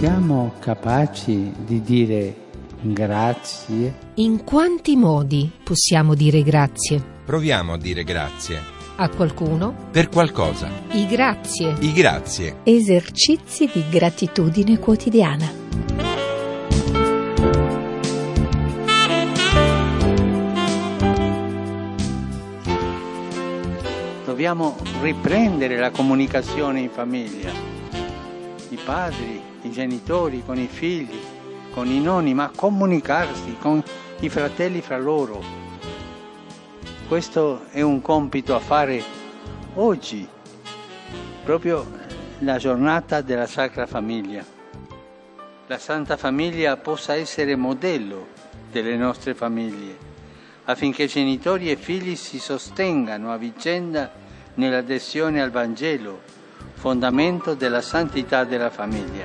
Siamo capaci di dire grazie? In quanti modi possiamo dire grazie? Proviamo a dire grazie. A qualcuno? Per qualcosa. I grazie. I grazie. Esercizi di gratitudine quotidiana. Dobbiamo riprendere la comunicazione in famiglia. I padri, i genitori con i figli, con i nonni, ma comunicarsi con i fratelli fra loro. Questo è un compito a fare oggi, proprio la giornata della Sacra Famiglia. La Santa Famiglia possa essere modello delle nostre famiglie, affinché genitori e figli si sostengano a vicenda nell'adesione al Vangelo, fondamento della santità della famiglia.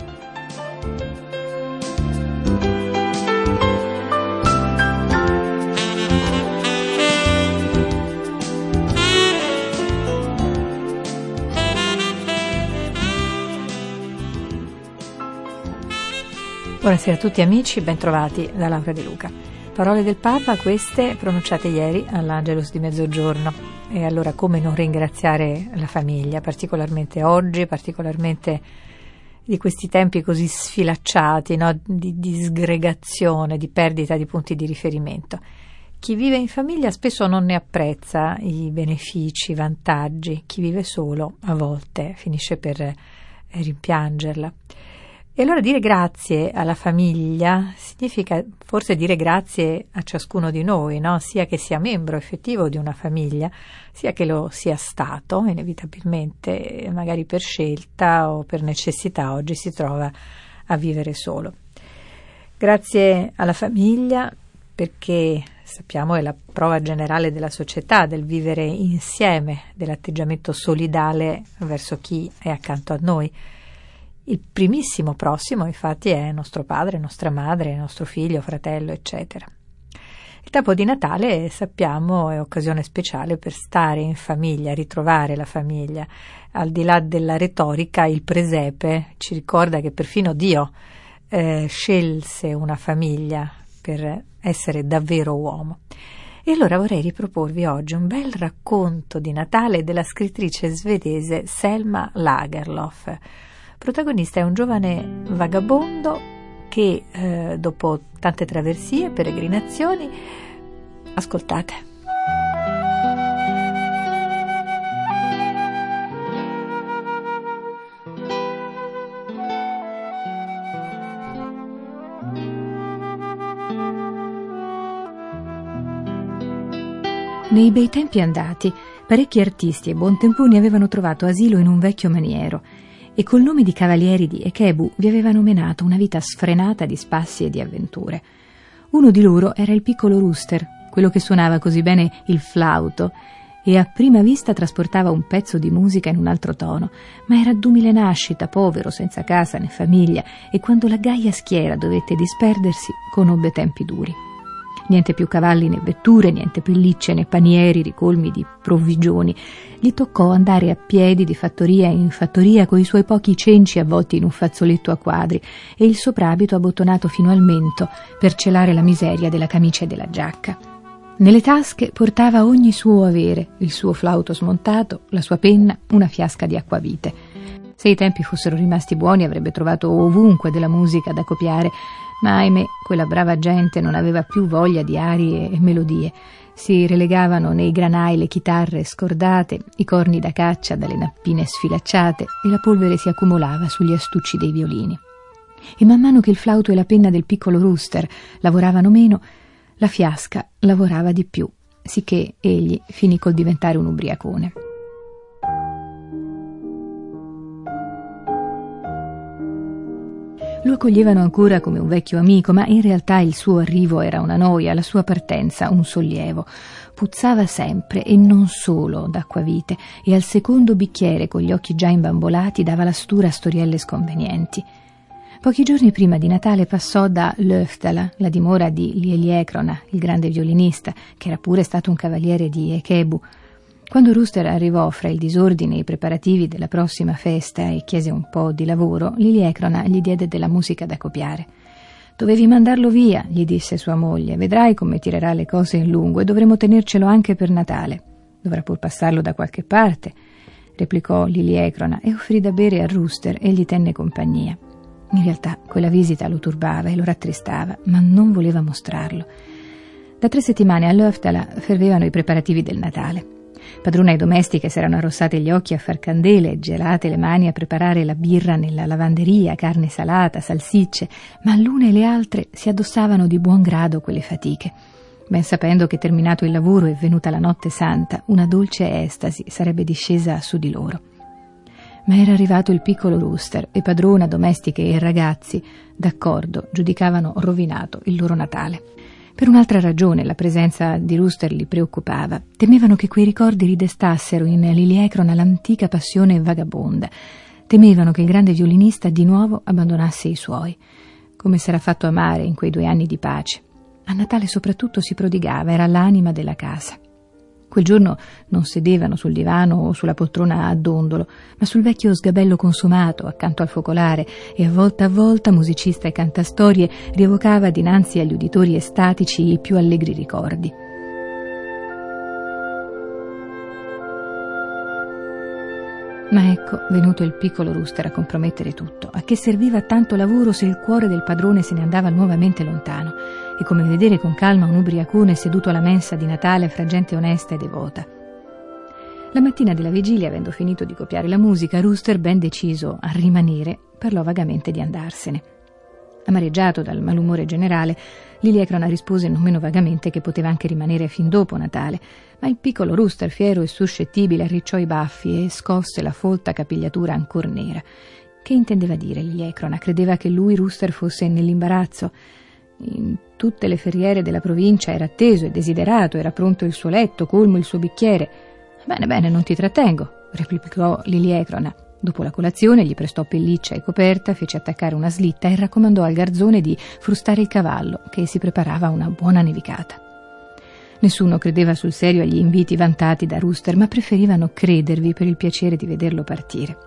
Buonasera a tutti amici, bentrovati da Laura De Luca. Parole del Papa, queste pronunciate ieri all'Angelus di mezzogiorno. E allora come non ringraziare la famiglia, particolarmente oggi, particolarmente di questi tempi così sfilacciati, no? di disgregazione, di perdita di punti di riferimento. Chi vive in famiglia spesso non ne apprezza i benefici, i vantaggi. Chi vive solo a volte finisce per rimpiangerla. E allora dire grazie alla famiglia significa forse dire grazie a ciascuno di noi, no? Sia che sia membro effettivo di una famiglia, sia che lo sia stato, inevitabilmente, magari per scelta o per necessità, oggi si trova a vivere solo. Grazie alla famiglia perché sappiamo è la prova generale della società, del vivere insieme, dell'atteggiamento solidale verso chi è accanto a noi. Il primissimo prossimo, infatti, è nostro padre, nostra madre, nostro figlio, fratello, eccetera. Il tempo di Natale, sappiamo, è occasione speciale per stare in famiglia, ritrovare la famiglia. Al di là della retorica, il presepe ci ricorda che perfino Dio scelse una famiglia per essere davvero uomo. E allora vorrei riproporvi oggi un bel racconto di Natale della scrittrice svedese Selma Lagerlöf. Protagonista è un giovane vagabondo che dopo tante traversie e peregrinazioni, ascoltate. Nei bei tempi andati, parecchi artisti e buontemponi avevano trovato asilo in un vecchio maniero e col nome di cavalieri di Ekebu vi avevano menato una vita sfrenata di spassi e di avventure. Uno di loro era il piccolo Rooster, quello che suonava così bene il flauto e a prima vista trasportava un pezzo di musica in un altro tono, ma era d'umile nascita, povero, senza casa né famiglia, e quando la gaia schiera dovette disperdersi conobbe tempi duri. Niente più cavalli né vetture, niente pellicce né panieri ricolmi di provvigioni. Gli toccò andare a piedi di fattoria in fattoria coi suoi pochi cenci avvolti in un fazzoletto a quadri e il soprabito abbottonato fino al mento per celare la miseria della camicia e della giacca. Nelle tasche portava ogni suo avere, il suo flauto smontato, la sua penna, una fiasca di acquavite. Se i tempi fossero rimasti buoni avrebbe trovato ovunque della musica da copiare, ma ahimè quella brava gente non aveva più voglia di arie e melodie. Si relegavano nei granai le chitarre scordate, i corni da caccia dalle nappine sfilacciate e la polvere si accumulava sugli astucci dei violini. E man mano che il flauto e la penna del piccolo Rooster lavoravano meno, la fiasca lavorava di più, sicché egli finì col diventare un ubriacone. Lo accoglievano ancora come un vecchio amico, ma in realtà il suo arrivo era una noia, la sua partenza un sollievo. Puzzava sempre, e non solo d'acquavite, e al secondo bicchiere, con gli occhi già imbambolati, dava la stura a storielle sconvenienti. Pochi giorni prima di Natale passò da Löfdala, la dimora di Lieliekrona, il grande violinista, che era pure stato un cavaliere di Ekebu. Quando Rooster arrivò fra il disordine e i preparativi della prossima festa e chiese un po' di lavoro, Liliecrona gli diede della musica da copiare. «Dovevi mandarlo via», gli disse sua moglie. «Vedrai come tirerà le cose in lungo e dovremo tenercelo anche per Natale. Dovrà pur passarlo da qualche parte», replicò Liliecrona e offrì da bere a Rooster e gli tenne compagnia. In realtà quella visita lo turbava e lo rattristava, ma non voleva mostrarlo. Da 3 settimane all'Öftala fervevano i preparativi del Natale. Padrona e domestiche s'erano arrossate gli occhi a far candele, gelate le mani a preparare la birra nella lavanderia, carne salata, salsicce, ma l'une e le altre si addossavano di buon grado quelle fatiche, ben sapendo che terminato il lavoro e venuta la notte santa, una dolce estasi sarebbe discesa su di loro. Ma era arrivato il piccolo Rooster e padrona, domestiche e ragazzi, d'accordo, giudicavano rovinato il loro Natale. Per un'altra ragione la presenza di Rooster li preoccupava. Temevano che quei ricordi ridestassero in Liliecrona l'antica passione vagabonda. Temevano che il grande violinista di nuovo abbandonasse i suoi. Come s'era fatto amare in quei 2 anni di pace. A Natale soprattutto si prodigava, era l'anima della casa. Quel giorno non sedevano sul divano o sulla poltrona a dondolo, ma sul vecchio sgabello consumato accanto al focolare, e a volta, musicista e cantastorie, rievocava dinanzi agli uditori estatici i più allegri ricordi. Ma ecco venuto il piccolo Rooster a compromettere tutto. A che serviva tanto lavoro se il cuore del padrone se ne andava nuovamente lontano? E come vedere con calma un ubriacone seduto alla mensa di Natale fra gente onesta e devota. La mattina della vigilia, avendo finito di copiare la musica, Rooster, ben deciso a rimanere, parlò vagamente di andarsene. Amareggiato dal malumore generale, Liliecrona rispose non meno vagamente che poteva anche rimanere fin dopo Natale, ma il piccolo Rooster, fiero e suscettibile, arricciò i baffi e scosse la folta capigliatura ancor nera. Che intendeva dire Liliecrona? Credeva che lui, Rooster, fosse nell'imbarazzo. In tutte le ferriere della provincia era atteso e desiderato, era pronto il suo letto, colmo il suo bicchiere. «Bene, non ti trattengo», replicò Liliecrona. Dopo la colazione gli prestò pelliccia e coperta, fece attaccare una slitta e raccomandò al garzone di frustare il cavallo, che si preparava a una buona nevicata. Nessuno credeva sul serio agli inviti vantati da Rooster, ma preferivano credervi per il piacere di vederlo partire.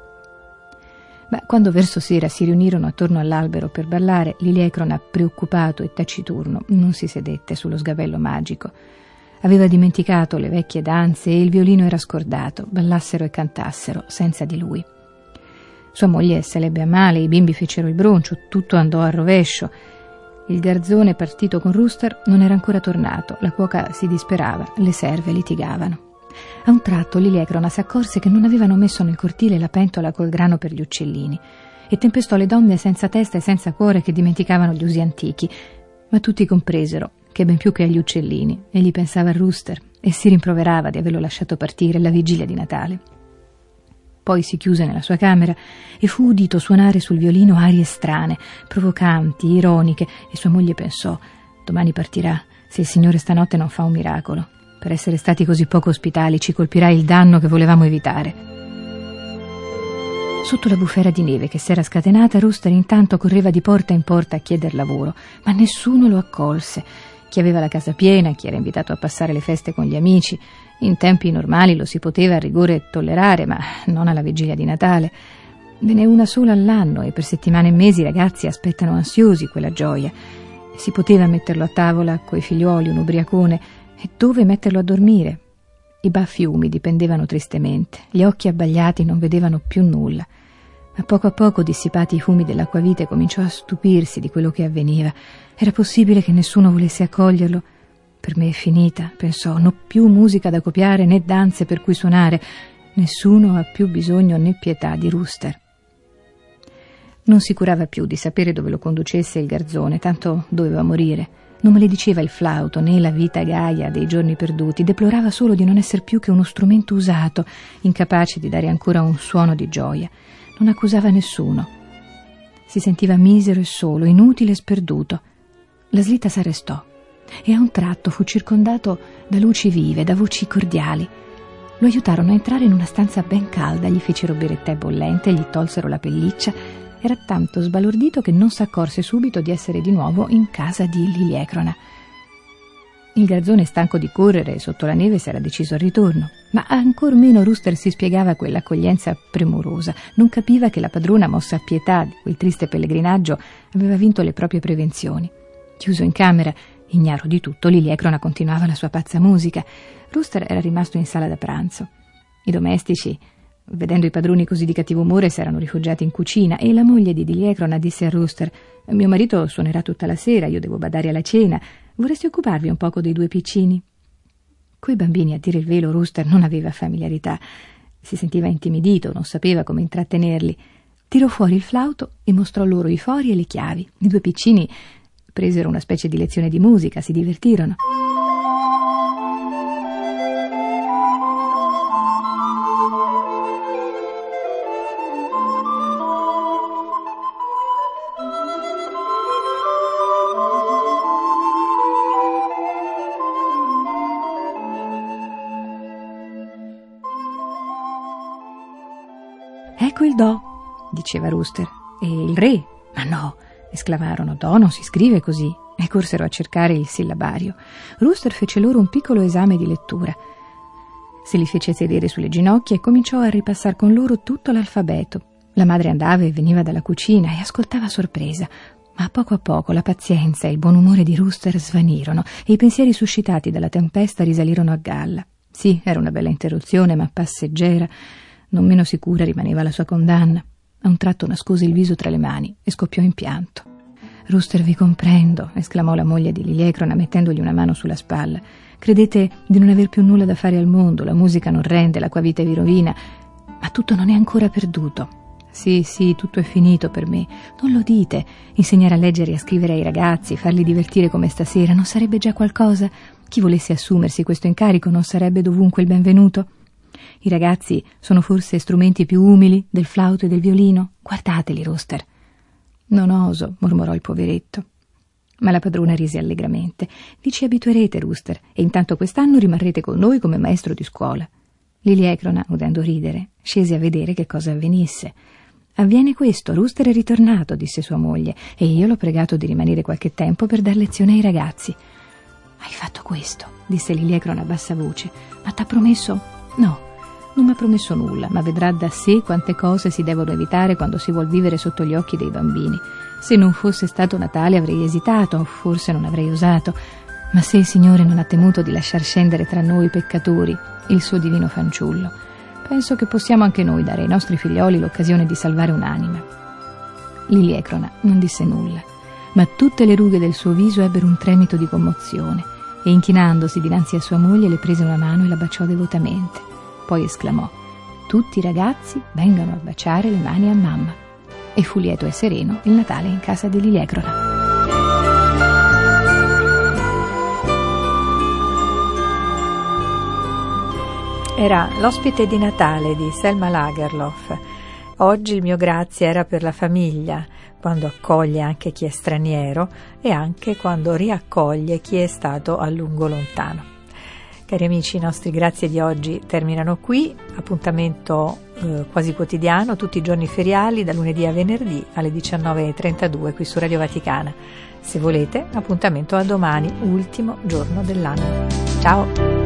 Ma quando verso sera si riunirono attorno all'albero per ballare, Liliecrona, preoccupato e taciturno, non si sedette sullo sgabello magico. Aveva dimenticato le vecchie danze e il violino era scordato, ballassero e cantassero senza di lui. Sua moglie se l'ebbe a male, i bimbi fecero il broncio, tutto andò a rovescio. Il garzone, partito con Rooster, non era ancora tornato, la cuoca si disperava, le serve litigavano. A un tratto Liliecrona s'accorse che non avevano messo nel cortile la pentola col grano per gli uccellini e tempestò le donne senza testa e senza cuore che dimenticavano gli usi antichi, ma tutti compresero che ben più che agli uccellini egli pensava a Rooster e si rimproverava di averlo lasciato partire alla vigilia di Natale. Poi si chiuse nella sua camera e fu udito suonare sul violino arie strane, provocanti, ironiche, e sua moglie pensò: domani partirà, se il Signore stanotte non fa un miracolo. Per essere stati così poco ospitali ci colpirà il danno che volevamo evitare. Sotto la bufera di neve che s'era scatenata, Rooster intanto correva di porta in porta a chieder lavoro, ma nessuno lo accolse. Chi aveva la casa piena, chi era invitato a passare le feste con gli amici. In tempi normali lo si poteva a rigore tollerare, ma non alla vigilia di Natale. Ve n'è una sola all'anno e per settimane e mesi i ragazzi aspettano ansiosi quella gioia. Si poteva metterlo a tavola coi figliuoli, un ubriacone, e dove metterlo a dormire? I baffi umidi pendevano tristemente, gli occhi abbagliati non vedevano più nulla. Ma poco a poco, dissipati i fumi dell'acquavite, cominciò a stupirsi di quello che avveniva. Era possibile che nessuno volesse accoglierlo? Per me è finita, pensò, non più musica da copiare né danze per cui suonare. Nessuno ha più bisogno né pietà di Rooster. Non si curava più di sapere dove lo conducesse il garzone, tanto doveva morire. Non malediceva il flauto né la vita gaia dei giorni perduti, deplorava solo di non essere più che uno strumento usato, incapace di dare ancora un suono di gioia. Non accusava nessuno. Si sentiva misero e solo, inutile e sperduto. La slitta s'arrestò e a un tratto fu circondato da luci vive, da voci cordiali. Lo aiutarono a entrare in una stanza ben calda, gli fecero bere tè bollente, gli tolsero la pelliccia. Era tanto sbalordito che non s'accorse subito di essere di nuovo in casa di Liliecrona. Il garzone, stanco di correre sotto la neve, s'era deciso al ritorno, ma ancor meno Rooster si spiegava quell'accoglienza premurosa. Non capiva che la padrona, mossa a pietà di quel triste pellegrinaggio, aveva vinto le proprie prevenzioni. Chiuso in camera, ignaro di tutto, Lily Ecrona continuava la sua pazza musica. Rooster era rimasto in sala da pranzo. I domestici, vedendo i padroni così di cattivo umore, s'erano rifugiati in cucina e la moglie di Lily Ecrona disse a Rooster: «Mio marito suonerà tutta la sera, io devo badare alla cena. Vorresti occuparvi un poco dei 2 piccini?» Coi bambini, a dire il vero, Rooster non aveva familiarità. Si sentiva intimidito, non sapeva come intrattenerli. Tirò fuori il flauto e mostrò loro i fori e le chiavi. I 2 piccini presero una specie di lezione di musica, si divertirono. «Ecco il do», diceva Rooster. «E il re?» «Ma no», esclamarono, «do non si scrive così», e corsero a cercare il sillabario. Rooster fece loro un piccolo esame di lettura. Se li fece sedere sulle ginocchia e cominciò a ripassar con loro tutto l'alfabeto. La madre andava e veniva dalla cucina e ascoltava sorpresa, ma a poco la pazienza e il buon umore di Rooster svanirono e i pensieri suscitati dalla tempesta risalirono a galla. Sì, era una bella interruzione, ma passeggera. Non meno sicura rimaneva la sua condanna. A un tratto nascose il viso tra le mani e scoppiò in pianto. «Rooster, vi comprendo», esclamò la moglie di Lily Ecrona mettendogli una mano sulla spalla. «Credete di non aver più nulla da fare al mondo, la musica non rende, la qua vita vi rovina, ma tutto non è ancora perduto. Sì, tutto è finito per me. Non lo dite. Insegnare a leggere e a scrivere ai ragazzi, farli divertire come stasera, non sarebbe già qualcosa? Chi volesse assumersi questo incarico non sarebbe dovunque il benvenuto? I ragazzi sono forse strumenti più umili del flauto e del violino? Guardateli, Rooster». «Non oso», mormorò il poveretto. Ma la padrona rise allegramente. «Vi ci abituerete, Rooster, e intanto quest'anno rimarrete con noi come maestro di scuola». Lily Ecrona, udendo ridere, scese a vedere che cosa avvenisse. «Avviene questo, Rooster è ritornato», disse sua moglie, «e io l'ho pregato di rimanere qualche tempo per dar lezione ai ragazzi». «Hai fatto questo?» disse Lily Ecrona a bassa voce. «Ma t'ha promesso?» «No, non m'ha promesso nulla, ma vedrà da sé quante cose si devono evitare quando si vuol vivere sotto gli occhi dei bambini. Se non fosse stato Natale avrei esitato, forse non avrei osato, ma se il Signore non ha temuto di lasciar scendere tra noi peccatori il suo divino fanciullo, penso che possiamo anche noi dare ai nostri figlioli l'occasione di salvare un'anima». Lily Ecrona non disse nulla, ma tutte le rughe del suo viso ebbero un tremito di commozione e, inchinandosi dinanzi a sua moglie, le prese una mano e la baciò devotamente. Poi esclamò: «Tutti i ragazzi vengano a baciare le mani a mamma». E fu lieto e sereno il Natale in casa di Lily Ecrona. Era l'ospite di Natale di Selma Lagerlof. Oggi il mio grazie era per la famiglia, quando accoglie anche chi è straniero e anche quando riaccoglie chi è stato a lungo lontano. Cari amici, i nostri grazie di oggi terminano qui. Appuntamento quasi quotidiano, tutti i giorni feriali, da lunedì a venerdì alle 19:32 qui su Radio Vaticana. Se volete, appuntamento a domani, ultimo giorno dell'anno. Ciao!